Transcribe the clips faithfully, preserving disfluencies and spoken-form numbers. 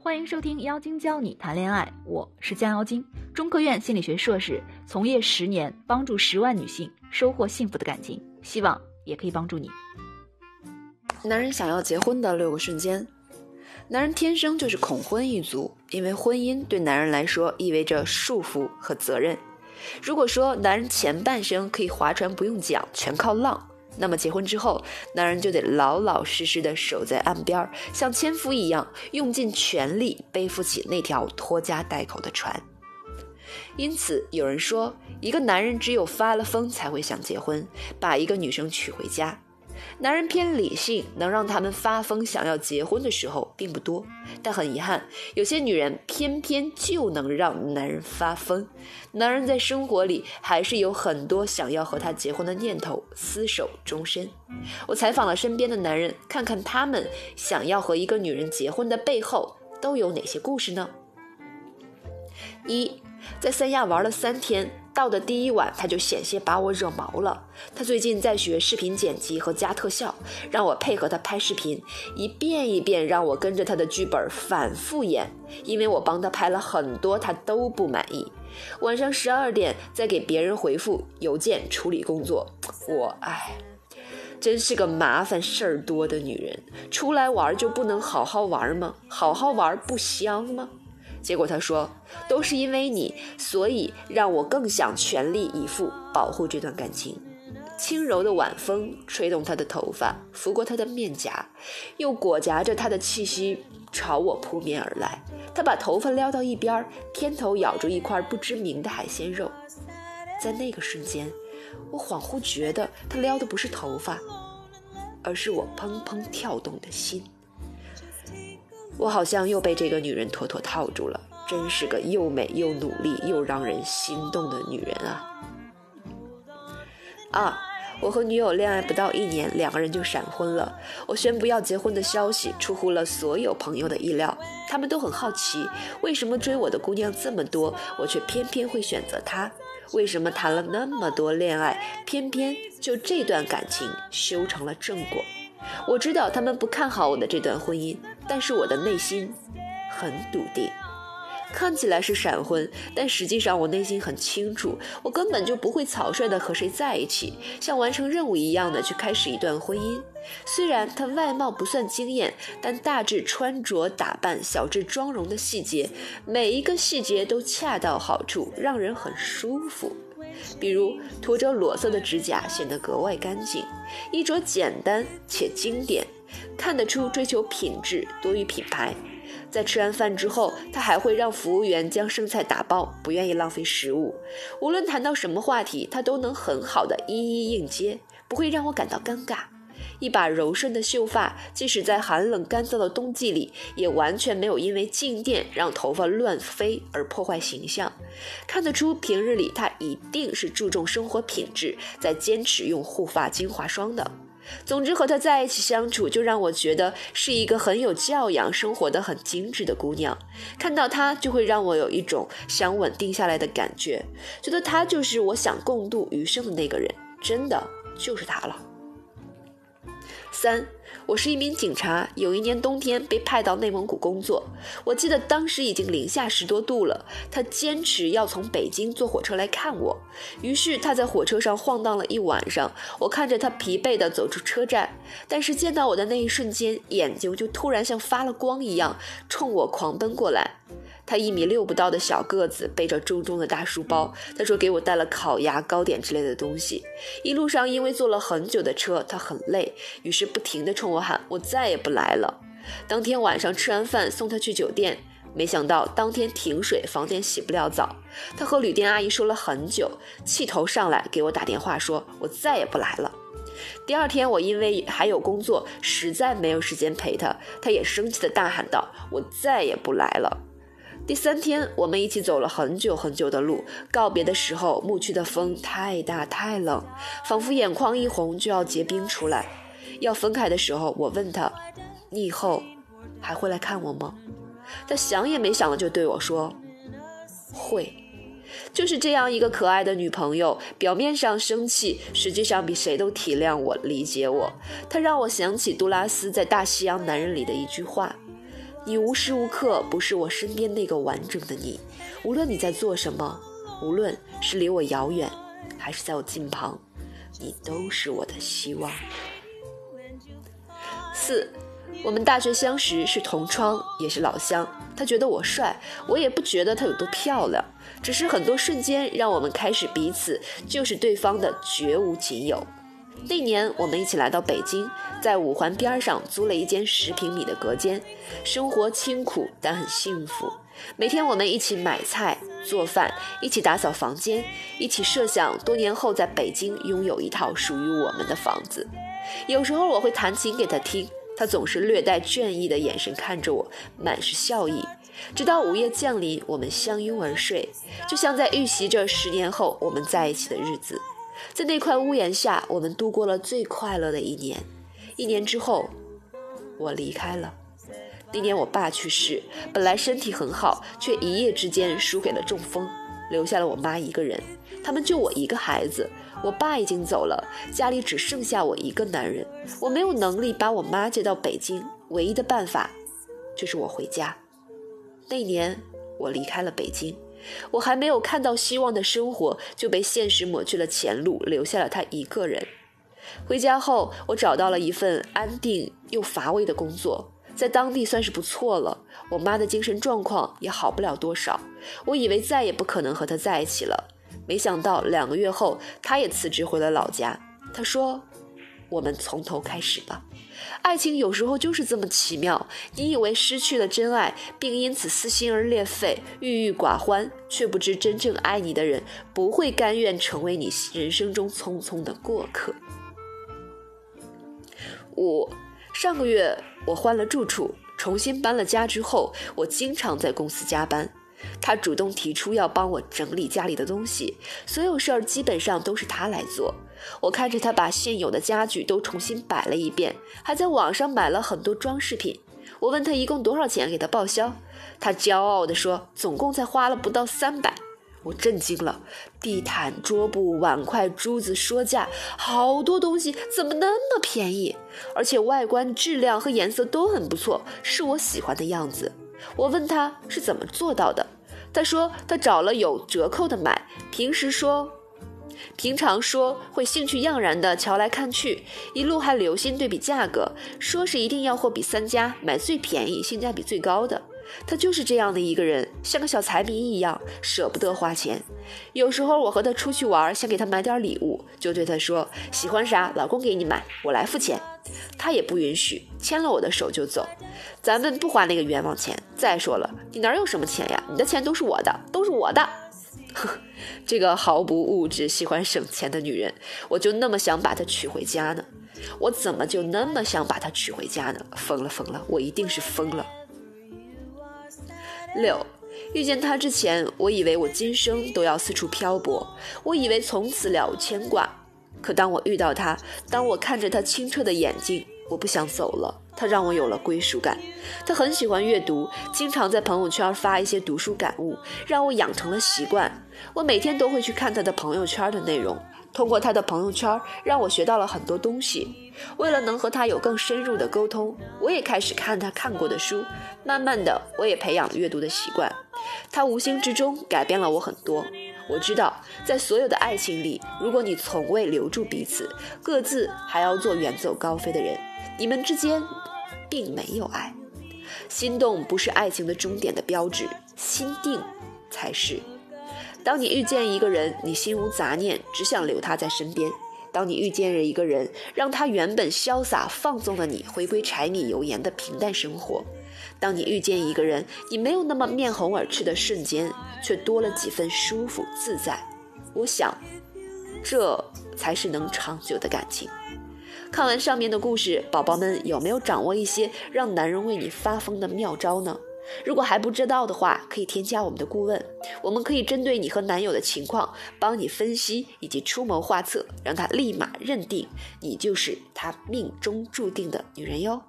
欢迎收听妖精教你谈恋爱，我是江妖精，中科院心理学硕士，从业十年，帮助十万女性收获幸福的感情，希望也可以帮助你。 男人想要结婚的六个瞬间。男人天生就是恐婚一族，因为婚姻对男人来说意味着束缚和责任。如果说男人前半生可以划船不用桨，全靠浪，那么结婚之后，男人就得老老实实地守在岸边，像纤夫一样用尽全力背负起那条拖家带口的船。因此有人说，一个男人只有发了疯才会想结婚，把一个女生娶回家。男人偏理性，能让他们发疯想要结婚的时候并不多，但很遗憾，有些女人偏偏就能让男人发疯。男人在生活里还是有很多想要和他结婚的念头，厮守终身。我采访了身边的男人，看看他们想要和一个女人结婚的背后都有哪些故事呢？一，在三亚玩了三天，到的第一晚他就险些把我惹毛了。他最近在学视频剪辑和加特效，让我配合他拍视频，一遍一遍让我跟着他的剧本反复演，因为我帮他拍了很多他都不满意。晚上十二点再给别人回复邮件处理工作，我唉真是个麻烦事儿多的女人。出来玩就不能好好玩吗？好好玩不香吗？结果他说，都是因为你，所以让我更想全力以赴保护这段感情。轻柔的晚风吹动他的头发，拂过他的面颊，又裹挟着他的气息朝我扑面而来。他把头发撩到一边，偏头咬住一块不知名的海鲜肉。在那个瞬间，我恍惚觉得他撩的不是头发，而是我砰砰跳动的心。我好像又被这个女人妥妥套住了，真是个又美又努力又让人心动的女人啊！二，我和女友恋爱不到一年，两个人就闪婚了。我宣布要结婚的消息出乎了所有朋友的意料，他们都很好奇，为什么追我的姑娘这么多，我却偏偏会选择她？为什么谈了那么多恋爱，偏偏就这段感情修成了正果？我知道他们不看好我的这段婚姻，但是我的内心很笃定。看起来是闪婚，但实际上我内心很清楚，我根本就不会草率的和谁在一起，像完成任务一样的去开始一段婚姻。虽然他外貌不算惊艳，但大致穿着打扮，小至妆容的细节，每一个细节都恰到好处，让人很舒服。比如涂着裸色的指甲显得格外干净，衣着简单且经典，看得出追求品质多于品牌。在吃完饭之后，他还会让服务员将剩菜打包，不愿意浪费食物。无论谈到什么话题，他都能很好的一一应接，不会让我感到尴尬。一把柔顺的秀发，即使在寒冷干燥的冬季里，也完全没有因为静电让头发乱飞而破坏形象。看得出平日里他一定是注重生活品质，在坚持用护发精华霜的。总之和他在一起相处，就让我觉得是一个很有教养，生活得很精致的姑娘。看到她就会让我有一种想稳定下来的感觉，觉得她就是我想共度余生的那个人，真的就是她了。三，我是一名警察，有一年冬天被派到内蒙古工作。我记得当时已经零下十多度了，他坚持要从北京坐火车来看我，于是他在火车上晃荡了一晚上。我看着他疲惫地走出车站，但是见到我的那一瞬间，眼睛就突然像发了光一样，冲我狂奔过来。他一米六不到的小个子，背着重重的大书包，他说给我带了烤鸭、糕点之类的东西。一路上因为坐了很久的车，他很累，于是不停地冲我喊我再也不来了。当天晚上吃完饭送他去酒店，没想到当天停水，房间洗不了澡。他和旅店阿姨说了很久，气头上来给我打电话说我再也不来了。第二天我因为还有工作，实在没有时间陪他，他也生气地大喊道我再也不来了。第三天我们一起走了很久很久的路，告别的时候牧区的风太大太冷，仿佛眼眶一红就要结冰出来。要分开的时候，我问他你以后还会来看我吗？他想也没想的就对我说会。就是这样一个可爱的女朋友，表面上生气，实际上比谁都体谅我、理解我。她让我想起杜拉斯在《大西洋男人》里的一句话： 你无时无刻不是我身边那个完整的你，无论你在做什么，无论是离我遥远还是在我近旁，你都是我的希望。四，我们大学相识是同窗也是老乡，他觉得我帅，我也不觉得他有多漂亮，只是很多瞬间让我们开始彼此就是对方的绝无仅有。那年我们一起来到北京，在五环边上租了一间十平米的隔间，生活清苦但很幸福。每天我们一起买菜做饭，一起打扫房间，一起设想多年后在北京拥有一套属于我们的房子。有时候我会弹琴给他听，他总是略带倦意的眼神看着我，满是笑意。直到午夜降临，我们相拥而睡，就像在预习着十年后我们在一起的日子。在那块屋檐下，我们度过了最快乐的一年。一年之后，我离开了。那年我爸去世，本来身体很好，却一夜之间输给了中风，留下了我妈一个人。他们就我一个孩子，我爸已经走了，家里只剩下我一个男人。我没有能力把我妈接到北京，唯一的办法就是我回家。那年我离开了北京，我还没有看到希望的生活就被现实抹去了前路，留下了他一个人。回家后，我找到了一份安定又乏味的工作，在当地算是不错了。我妈的精神状况也好不了多少，我以为再也不可能和她在一起了，没想到两个月后，她也辞职回了老家。她说，我们从头开始吧。爱情有时候就是这么奇妙，你以为失去了真爱，并因此撕心而裂肺，郁郁寡欢，却不知真正爱你的人不会甘愿成为你人生中匆匆的过客。五，上个月我换了住处，重新搬了家之后，我经常在公司加班。他主动提出要帮我整理家里的东西，所有事儿基本上都是他来做。我看着他把现有的家具都重新摆了一遍，还在网上买了很多装饰品。我问他一共多少钱给他报销，他骄傲地说总共才花了不到三百。我震惊了，地毯、桌布、碗筷、珠子、说架，好多东西怎么那么便宜？而且外观质量和颜色都很不错，是我喜欢的样子。我问他是怎么做到的，他说他找了有折扣的买，平时说平常说会兴趣盎然地瞧来看去，一路还留心对比价格，说是一定要货比三家，买最便宜性价比最高的。他就是这样的一个人，像个小财迷一样，舍不得花钱。有时候我和他出去玩，想给他买点礼物，就对他说喜欢啥老公给你买，我来付钱。他也不允许，牵了我的手就走，咱们不花那个冤枉钱。再说了，你哪有什么钱呀，你的钱都是我的，都是我的。这个毫不物质喜欢省钱的女人，我就那么想把她娶回家呢？我怎么就那么想把她娶回家呢？疯了疯了，我一定是疯了。六，遇见他之前，我以为我今生都要四处漂泊，我以为从此了无牵挂。可当我遇到他，当我看着他清澈的眼睛，我不想走了。他让我有了归属感。他很喜欢阅读，经常在朋友圈发一些读书感悟，让我养成了习惯。我每天都会去看他的朋友圈的内容，通过他的朋友圈让我学到了很多东西。为了能和他有更深入的沟通，我也开始看他看过的书，慢慢的我也培养了阅读的习惯。他无形之中改变了我很多。我知道在所有的爱情里，如果你从未留住彼此，各自还要做远走高飞的人，你们之间并没有爱。心动不是爱情的终点的标志，心定才是。当你遇见一个人，你心无杂念，只想留他在身边。当你遇见了一个人，让他原本潇洒放纵的你回归柴米油盐的平淡生活。当你遇见一个人，你没有那么面红耳赤的瞬间，却多了几分舒服自在。我想这才是能长久的感情。看完上面的故事，宝宝们有没有掌握一些让男人为你发疯的妙招呢？如果还不知道的话，可以添加我们的顾问，我们可以针对你和男友的情况帮你分析以及出谋划策，让他立马认定你就是他命中注定的女人哟。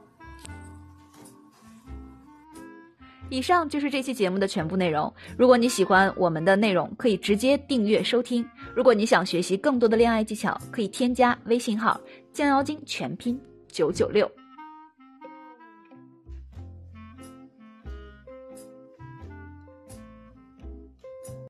以上就是这期节目的全部内容。如果你喜欢我们的内容，可以直接订阅收听。如果你想学习更多的恋爱技巧，可以添加微信号将妖精全拼九九六。